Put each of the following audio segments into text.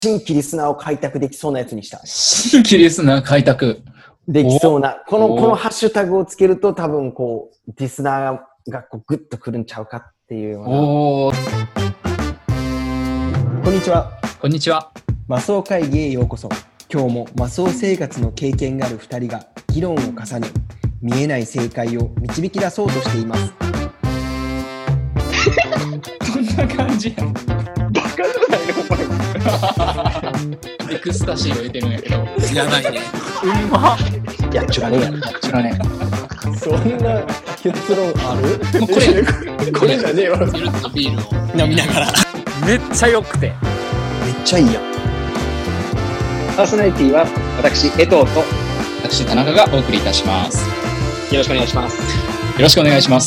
新規リスナーを開拓できそうなやつにした。 新規リスナー開拓できそうな。このハッシュタグをつけると多分こう、リスナーがこうグッとくるんちゃうかっていうような。こんにちは。 こんにちは。 マスオ会議へようこそ。今日もマスオ生活の経験がある2人が議論を重ね、見えない正解を導き出そうとしています。 こんな感じやん。 バカじゃないのお前。 エクスタシーを入れてるんやけど。 やばいね。 うまっ。 やっちゅらねえやろ。 知らねそんな結論ある？ もうこれじゃねえわ。 え。ゆるっとビールを飲みながら。めっちゃ良くて。 めっちゃいいやん。 パーソナリティは私、江藤とよ私、田中がお送りいたします。 ろしくお願いします。 よろしくお願いします。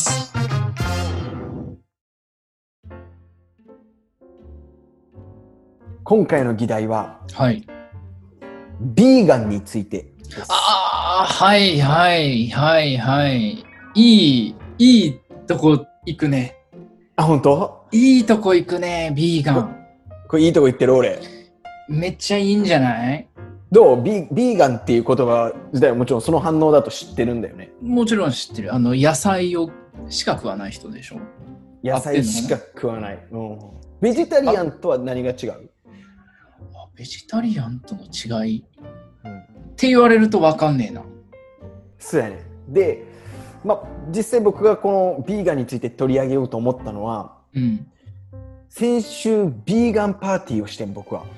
今回の議題は、 はい。 ビーガンについてです。 はいはいはいはい。いいとこ行くね。 あ、本当？ いいとこ行くね、ビーガン。 これいいとこ言ってる俺。 めっちゃいいんじゃない？ どう？ビーガンっていう言葉自体はもちろんその反応だと知ってるんだよね。 もちろん知ってる。野菜をしか食わない人でしょ。 野菜しか食わない。うん。ベジタリアンとは何が違う？ ベジタリアンとの違い、 うん、 って言われると分かんねえな。 そうやね。で、実際僕がこのビーガンについて取り上げようと思ったのは、 うん、 先週ビーガンパーティーをしてん僕は。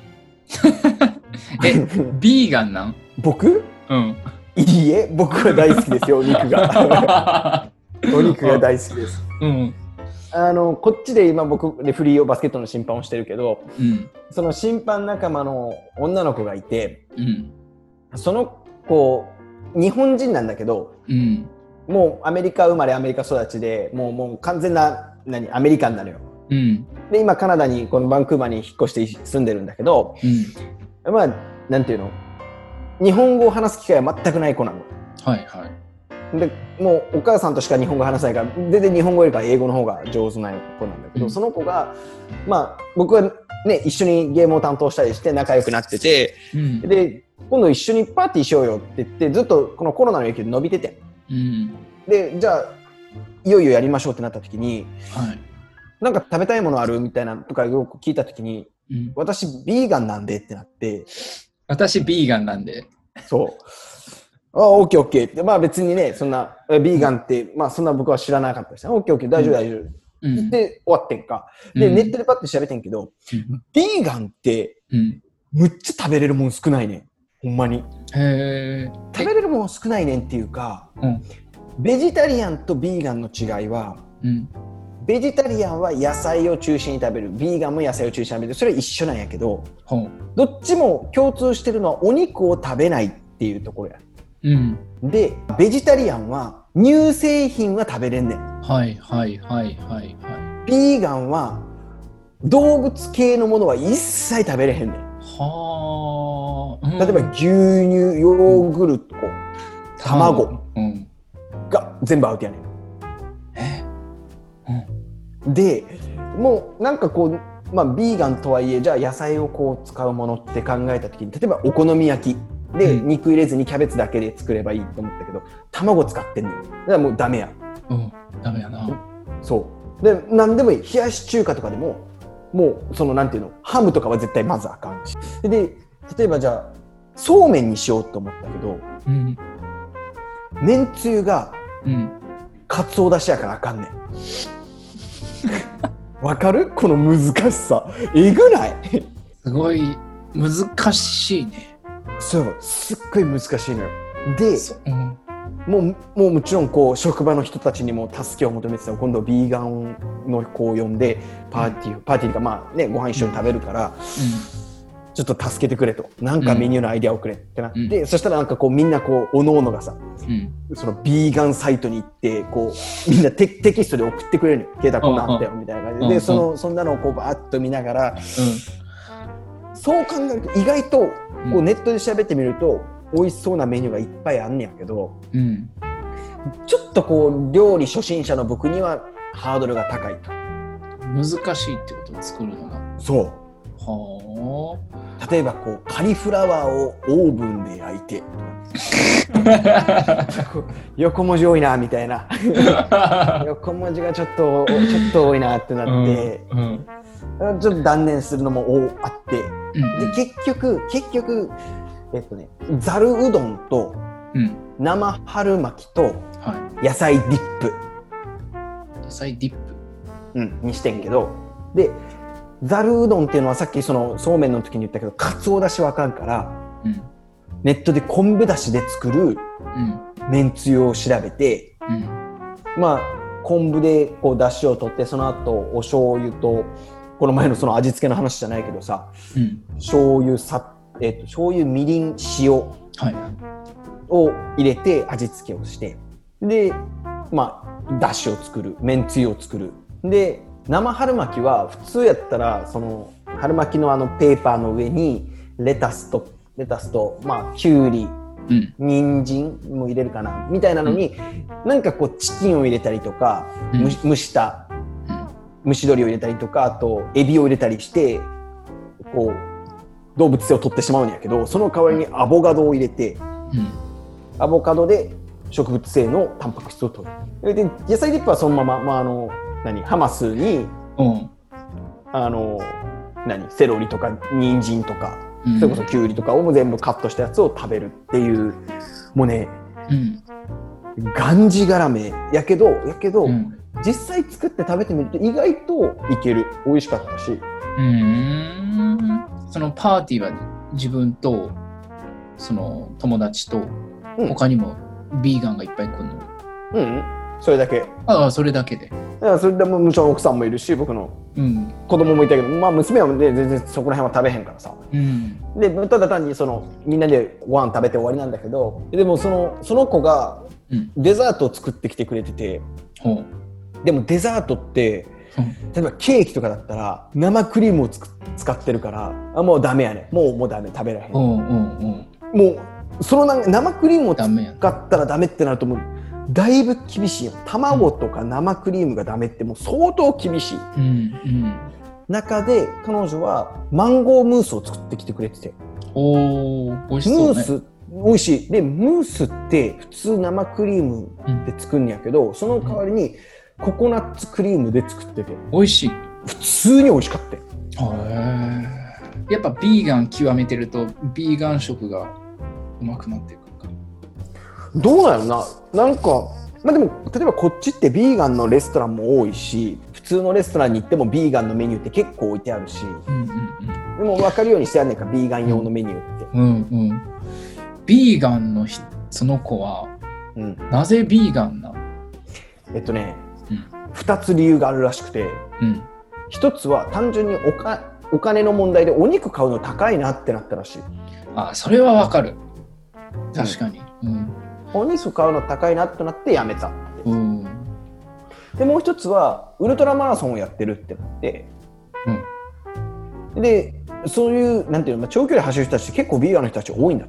ビーガンなん？ 僕？ うん。 いいえ、僕は大好きですよ、お肉が。お肉が大好きです。 うん。 こっちで今僕レフリーをバスケットの審判をしてるけど、 うん、 その審判仲間の女の子がいて、 うん、 その子日本人なんだけど、 うん、 もうアメリカ生まれアメリカ育ちでもう完全なアメリカンなのよ、 うん、で今カナダにこのバンクーバーに引っ越して住んでるんだけど、うん、なんていうの、日本語を話す機会は全くない子なの。 はいはい。 でもうお母さんとしか日本語話せないから全然日本語よりか英語の方が上手な子なんだけど、その子が僕はね一緒にゲームを担当したりして仲良くなってて、で今度一緒にパーティーしようよって言ってずっとこのコロナの影響で伸びてて、でじゃあいよいよやりましょうってなった時に、なんか食べたいものあるみたいなとかよく聞いた時に、私ビーガンなんでってなって、 私ビーガンなんで、 そうオッケーオッケーって、別にね、そんな、ビーガンって、そんな僕は知らなかったですね。オッケーオッケー、大丈夫大丈夫。で、終わってんか。で、ネットでパッて調べてんけど、ビーガンって、むっちゃ食べれるもん少ないねん。ほんまに。食べれるもん少ないねんっていうか、ベジタリアンとビーガンの違いは、ベジタリアンは野菜を中心に食べる。ビーガンも野菜を中心に食べる。それは一緒なんやけど、どっちも共通してるのはお肉を食べないっていうところや。で、ベジタリアンは乳製品は食べれんねん。 はいはいはいはいはい。 ビーガンは動物系のものは一切食べれへんねん。 はあ。 例えば牛乳、ヨーグルト、卵が全部アウトやねん。で、もうなんかこう、ビーガンとはいえ、じゃあ野菜をこう使うものって考えたときに、例えばお好み焼き。で、肉入れずにキャベツだけで作ればいいと思ったけど、卵使ってんねん。だからもうダメや。 ダメやな。 そう。で、なんでもいい。冷やし中華とかでも、もう、なんていうの、ハムとかは絶対まずあかんし。で、例えばじゃあ、そうめんにしようと思ったけど、めんつゆが、かつおだしやからあかんねん。わかる？この難しさ。えぐない？ すごい難しいね。 そう、すっごい難しいのよ。で、もうもちろんこう職場の人たちにも助けを求めてたら、今度ビーガンの子を呼んでパーティーがご飯一緒に食べるから、ちょっと助けてくれと、なんかメニューのアイデアをくれってなって、そしたらなんかこうみんなこうおのおのがさ、そのビーガンサイトに行ってこうみんなテキストで送ってくれるのよ。ケイタこんなんあったよみたいな感じで、そんなのをこうバーッと見ながら、そう考えると意外とこうネットで調べてみると美味しそうなメニューがいっぱいあんねやけど、ちょっとこう料理初心者の僕にはハードルが高いと。 難しいってことを作るのが。 そう。 は例えばこうカリフラワーをオーブンで焼いて横文字多いなみたいな横文字がちょっと多いなってなって、ちょっと断念するのもあって、で結局ざるうどんと生春巻きと野菜ディップ、 野菜ディップ、 にしてんけど、でざるうどんっていうのはさっきそのそうめんの時に言ったけどかつおだしわかんから、ネットで昆布だしで作るめんつゆを調べて、まあ昆布でこうだしを取ってその後お醤油とこの前のその味付けの話じゃないけどさ、醤油醤油みりん塩を入れて味付けをして、でまあだしを作る、めんつゆを作る。で生春巻きは普通やったらその春巻きのペーパーの上にレタスとまあきゅうり、人参も入れるかなみたいなのに、なんかこうチキンを入れたりとか、蒸し鶏を入れたりとか、あとエビを入れたりしてこう動物性を取ってしまうんやけど、その代わりにアボカドを入れて、アボカドで植物性のタンパク質を取る。で野菜ディップはそのまま、ハマスに、セロリとか人参とか、それこそキュウリとかをも全部カットしたやつを食べるっていう、もうね、がんじがらめやけど、実際作って食べてみると意外といける、美味しかったし。 そのパーティーは自分とその友達と他にもビーガンがいっぱい来るの？ それだけ。 それだけで。 それでももちろん奥さんもいるし、僕の子供もいたけど、まあ娘は、ね、全然そこら辺は食べへんからさ。でただ単にみんなでご飯食べて終わりなんだけど、でもその子がデザートを作ってきてくれてて、でもデザートって例えばケーキとかだったら生クリームを使ってるから、もうダメやね、もうダメ、食べらへん。もうその生クリームを使ったらダメってなるともうだいぶ厳しいよ。卵とか生クリームがダメってもう相当厳しい、中で彼女はマンゴームースを作ってきてくれてて、 美味しそうね。 ムース美味しい。でムースって普通生クリームで作るんやけど、その代わりにココナッツクリームで作ってて美味しい。 普通に美味しかった。 やっぱビーガン極めてるとビーガン食がうまくなっていくか。 どうなのな、なんかでも例えばこっちってビーガンのレストランも多いし、普通のレストランに行ってもビーガンのメニューって結構置いてあるし、でも分かるようにしてあんねんか、ビーガン用のメニューって。 ビーガンのその子は、なぜビーガンなの ？2つ理由があるらしくて、1つは単純にお金の問題でお肉買うの高いなってなったらしい。 それはわかる。確かに。 お肉買うの高いなってなってやめたって。でもう1つはウルトラマラソンをやってるってなって、でそういうなんていうの、長距離走る人たちって結構ビーガンの人たち多いんだって。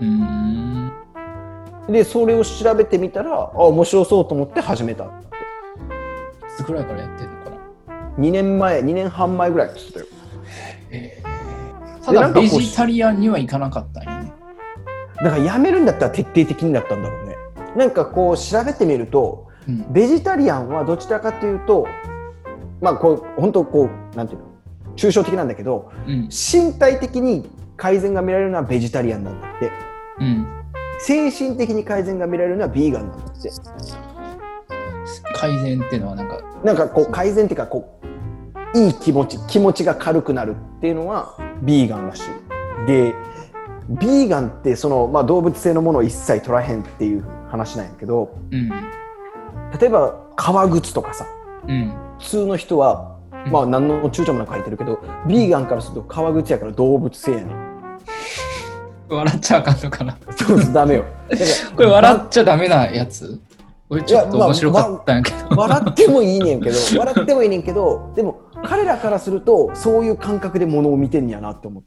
でそれを調べてみたら面白そうと思って始めたって。 いつぐらいからやってるのかな ？2年半前ぐらいって言ってたよ。 ただベジタリアンにはいかなかったんよね。 だからやめるんだったら徹底的にだったんだろうね。なんかこう調べてみると、ベジタリアンはどちらかというと、こう本当こうなんていうの、抽象的なんだけど、身体的に改善が見られるのはベジタリアンなんだって、精神的に改善が見られるのはビーガンなんだって。 改善っていうのはなんかこう改善っていうかこういい気持ちが軽くなるっていうのはビーガンらしい。でビーガンって動物性のものを一切取らへんっていう話なんやけど、例えば革靴とかさ、普通の人は何の躊躇もなく履いてるけど、ビーガンからすると革靴やから動物性やねん。 笑っちゃあかんのかな。 そうダメよ。 これ笑っちゃダメなやつ？ちょっと面白かったんやけど。 笑ってもいいねんけど、でも彼らからするとそういう感覚で物を見てんやなって思って。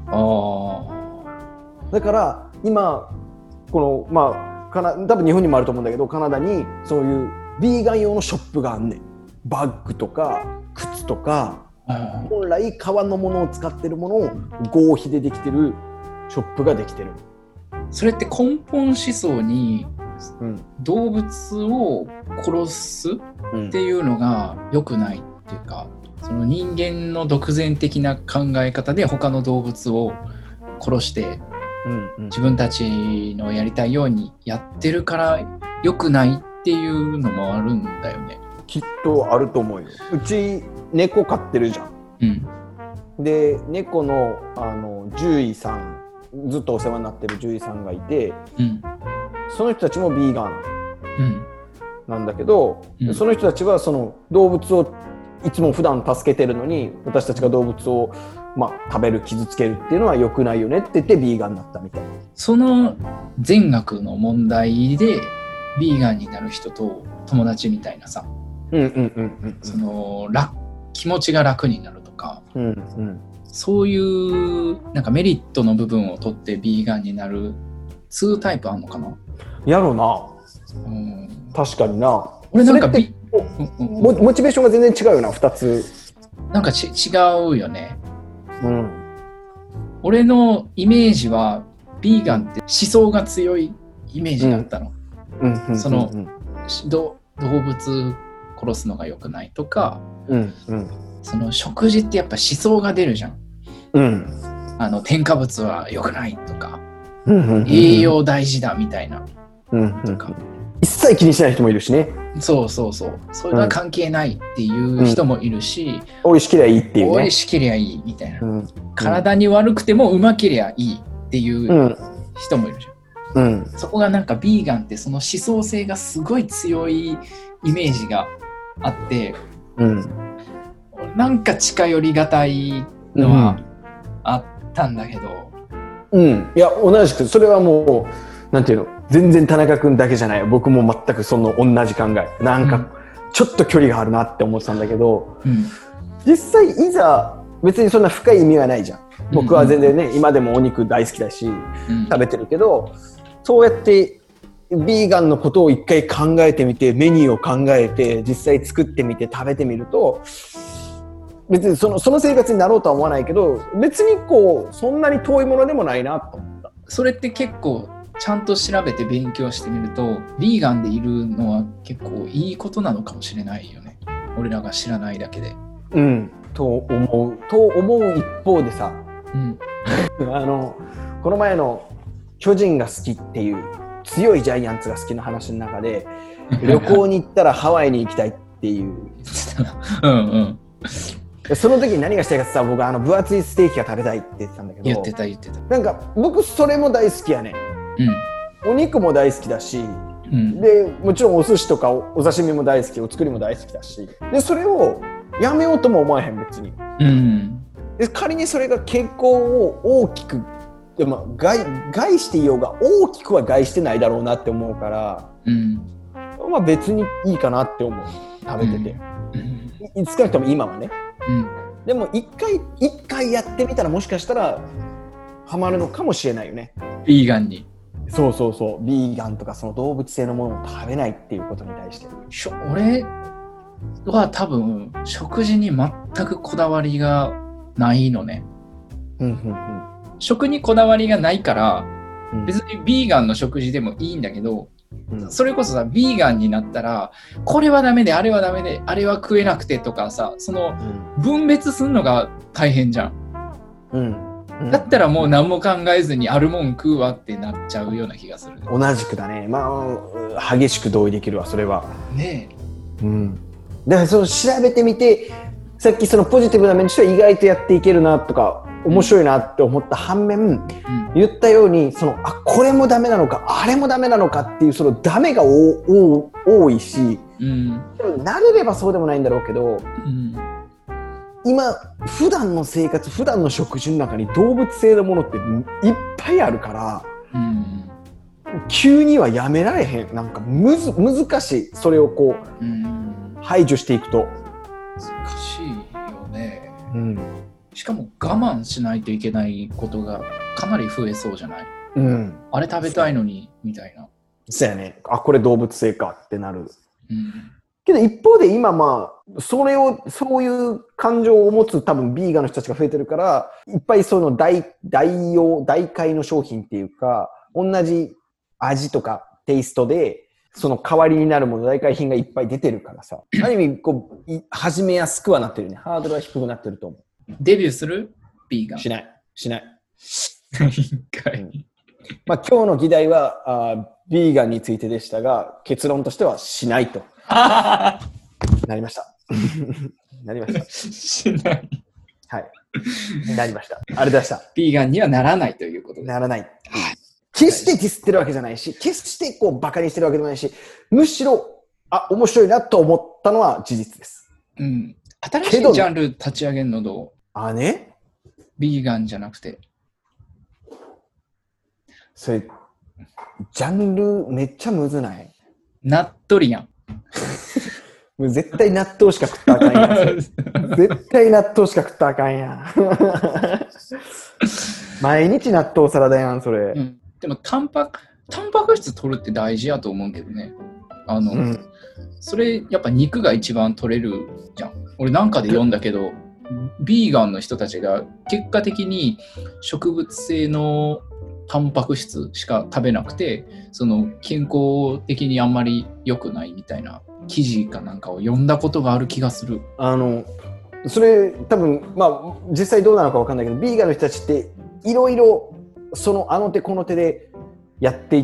だから今この多分日本にもあると思うんだけど、カナダにそういうビーガン用のショップがあんねん。バッグとか靴とか本来皮のものを使ってるものを合皮でできてるショップができてる。 それって根本思想に動物を殺すっていうのが良くないっていうか、その人間の独善的な考え方で他の動物を殺して自分たちのやりたいようにやってるから良くないっていうのもあるんだよね。 きっとあると思うよ。うち猫飼ってるじゃん。で猫の獣医さん、ずっとお世話になってる獣医さんがいて、その人たちもビーガンなんだけど、その人たちはその動物をいつも普段助けてるのに、私たちが動物を食べる、傷つけるっていうのは良くないよねって言ってビーガンになったみたいな。 その善悪の問題でビーガンになる人と友達みたいなさ、その気持ちが楽になるとか、そういうなんかメリットの部分を取ってビーガンになる2タイプあんのかな。 やろうな。確かにな。 俺なんかモチベーションが全然違うよな、2つ。 なんか違うよね。俺のイメージはビーガンって思想が強いイメージだったの。その動物殺すのが良くないとか、その食事ってやっぱ思想が出るじゃん。添加物は良くないとか、栄養大事だみたいなとか、 一切気にしない人もいるしね。 そうそれは関係ないっていう人もいるし、 美味しけりゃいいっていうね。 美味しけりゃいいみたいな、体に悪くてもうまけりゃいいっていう人もいるじゃん。そこがなんかビーガンってその思想性がすごい強いイメージがあって、なんか近寄りがたいのはあったんだけど、 いや同じくそれはもうなんていうの、全然田中君だけじゃない、僕も全くその同じ考え。なんかちょっと距離があるなって思ってたんだけど、実際いざ別にそんな深い意味はないじゃん。僕は全然ね、今でもお肉大好きだし、食べてるけど、そうやってビーガンのことを一回考えてみて、メニューを考えて実際作ってみて食べてみると、別にその生活になろうとは思わないけど、別にこうそんなに遠いものでもないなと思った。 それって結構ちゃんと調べて勉強してみると、ビーガンでいるのは結構いいことなのかもしれないよね。俺らが知らないだけで。 と思う一方でさ、この前の巨人が好きっていう強いジャイアンツが好きな話の中で、旅行に行ったらハワイに行きたいっていうその時に何がしたいかってさ、僕分厚いステーキが食べたいって言ってたんだけど、 言ってたなんか僕それも大好きやね。お肉も大好きだし、でもちろんお寿司とかお刺身も大好き、お作りも大好きだし、でそれをやめようとも思わへん別に。で仮にそれが健康を大きくでも害していようが大きくは害してないだろうなって思うから、別にいいかなって思う、食べてて。少なくとも今はね。でも一回やってみたらもしかしたらハマるのかもしれないよね。 ビーガンに。 そうビーガンとかその動物性のものを食べないっていうことに対して。 俺は多分食事に全くこだわりがないのね。食にこだわりがないから、別にビーガンの食事でもいいんだけど、それこそさ、ビーガンになったらこれはダメであれはダメであれは食えなくてとかさ、その分別するのが大変じゃん。だったらもう何も考えずにあるもん食うわってなっちゃうような気がする。 同じくだね。激しく同意できるわ、それは。 ねえ。だからその調べてみて、さっきそのポジティブな面としては意外とやっていけるなとか面白いなって思った反面、言ったようにこれもダメなのかあれもダメなのかっていうそのダメが多いし、慣れればそうでもないんだろうけど、今普段の生活、普段の食事の中に動物性のものっていっぱいあるから、急にはやめられへん。なんか難しい。それをこう、排除していくと難しいよね。しかも我慢しないといけないことがかなり増えそうじゃない？あれ食べたいのにみたいな。 そうやね。これ動物性かってなる。 けど一方で今まあ、そういう感情を持つ多分ビーガンの人たちが増えてるから、いっぱいその代替の商品っていうか、同じ味とかテイストで、その代わりになるもの、代替品がいっぱい出てるからさ、ある意味こう、始めやすくはなってるね。ハードルは低くなってると思う。 デビューするビーガン。 しない。 まあ今日の議題はビーガンについてでしたが、結論としてはしないと。なりました。 しない。 はい。なりました。ありがとうございました。 ビーガンにはならないということです。 ならない。決してディスってるわけじゃないし、決してこうバカにしてるわけでもないし、むしろ、面白いなと思ったのは事実です。 うん。新しいジャンル立ち上げるのどう？ ね。 ビーガンじゃなくて。 それ、ジャンルめっちゃむずない？ 納豆やん。 もう絶対納豆しか食ったらあかんやん。絶対納豆しか食ったらあかんやん。毎日納豆サラダやん、それ。 うん、でもタンパク質取るって大事やと思うけどね。それやっぱ肉が一番取れるじゃん。俺なんかで読んだけど、ビーガンの人たちが結果的に植物性のタンパク質しか食べなくて、その健康的にあんまり良くないみたいな記事かなんかを読んだことがある気がする。 それ多分まあ実際どうなのかわかんないけど、ビーガンの人たちっていろいろそのあの手この手でやっていって、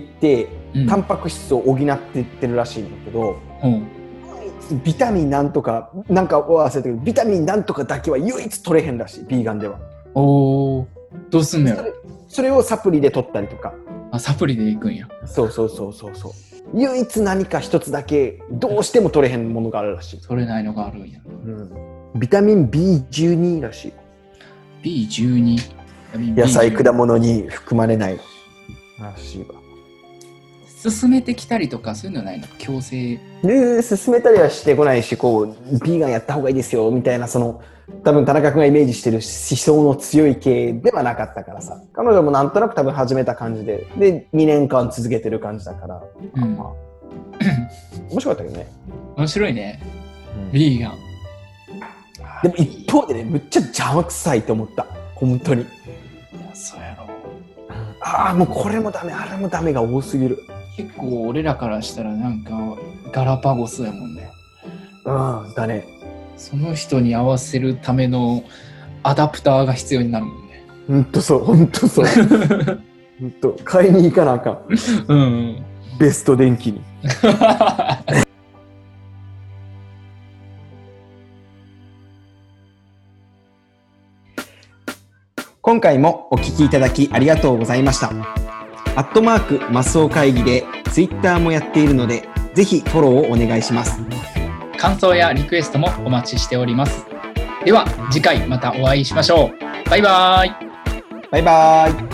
タンパク質を補っていってるらしいんだけど、ビタミンなんとかなんか忘れたけど、ビタミンなんとかだけは唯一取れへんらしい、ビーガンでは。 どうすんのよ。 それをサプリで取ったりとか。 サプリでいくんや。 そう。唯一何か一つだけどうしても取れへんものがあるらしい。 取れないのがあるんや。 ビタミン B12 らしい。 B12。 野菜果物に含まれないらしいわ。 進めてきたりとかそういうのないの？強制で進めたりはしてこないし、こうビーガンやった方がいいですよみたいな、その多分田中君がイメージしてる思想の強い系ではなかったからさ、彼女もなんとなく多分始めた感じで2年間続けてる感じだから、面白かったけどね。 面白いね、ビーガン。 でも一方でね、むっちゃ邪魔くさいと思った、本当に。いや、そうやろ。 もうこれもダメあれもダメが多すぎる。 結構俺らからしたらなんかガラパゴスやもんね。 だね。 その人に合わせるためのアダプターが必要になるもんね。 ほんとそう。ほんと買いに行かなあかん。ベスト電気に。今回もお聞きいただきありがとうございました。マスオ会議でツイッターもやっているので、ぜひフォローをお願いします。 感想やリクエストもお待ちしております。では次回またお会いしましょう。バイバーイ。 バイバーイ。